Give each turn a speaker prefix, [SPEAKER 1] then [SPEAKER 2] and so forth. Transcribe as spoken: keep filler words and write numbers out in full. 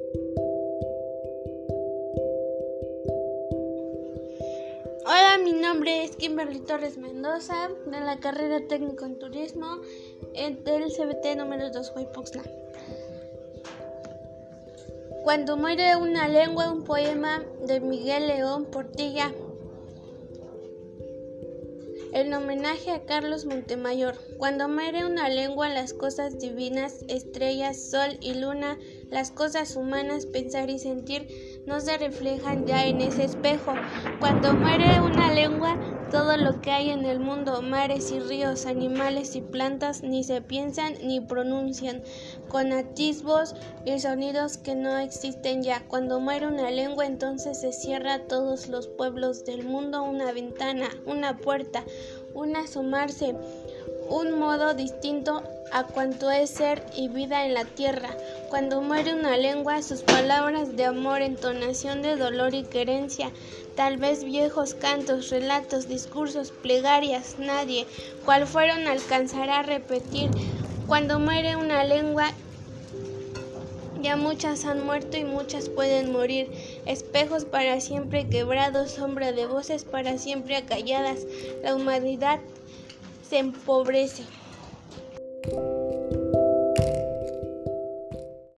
[SPEAKER 1] Hola, mi nombre es Kimberly Torres Mendoza, de la carrera técnico en turismo del C B T número dos Huaypuxna. Cuando muere una lengua, un poema de Miguel León Portilla, en homenaje a Carlos Montemayor. Cuando muere una lengua, las cosas divinas, estrellas, sol y luna, las cosas humanas, pensar y sentir, no se reflejan ya en ese espejo. Cuando muere una lengua, todo lo que hay en el mundo, mares y ríos, animales y plantas, ni se piensan ni pronuncian, con atisbos y sonidos que no existen ya. Cuando muere una lengua, entonces se cierra a todos los pueblos del mundo una ventana, una puerta, un asomarse, un modo distinto a cuanto es ser y vida en la tierra. Cuando muere una lengua, sus palabras de amor, entonación de dolor y querencia, tal vez viejos cantos, relatos, discursos, plegarias, nadie, cual fueron, alcanzará a repetir. Cuando muere una lengua, ya muchas han muerto y muchas pueden morir. Espejos para siempre quebrados, sombra de voces para siempre acalladas. La humanidad se empobrece.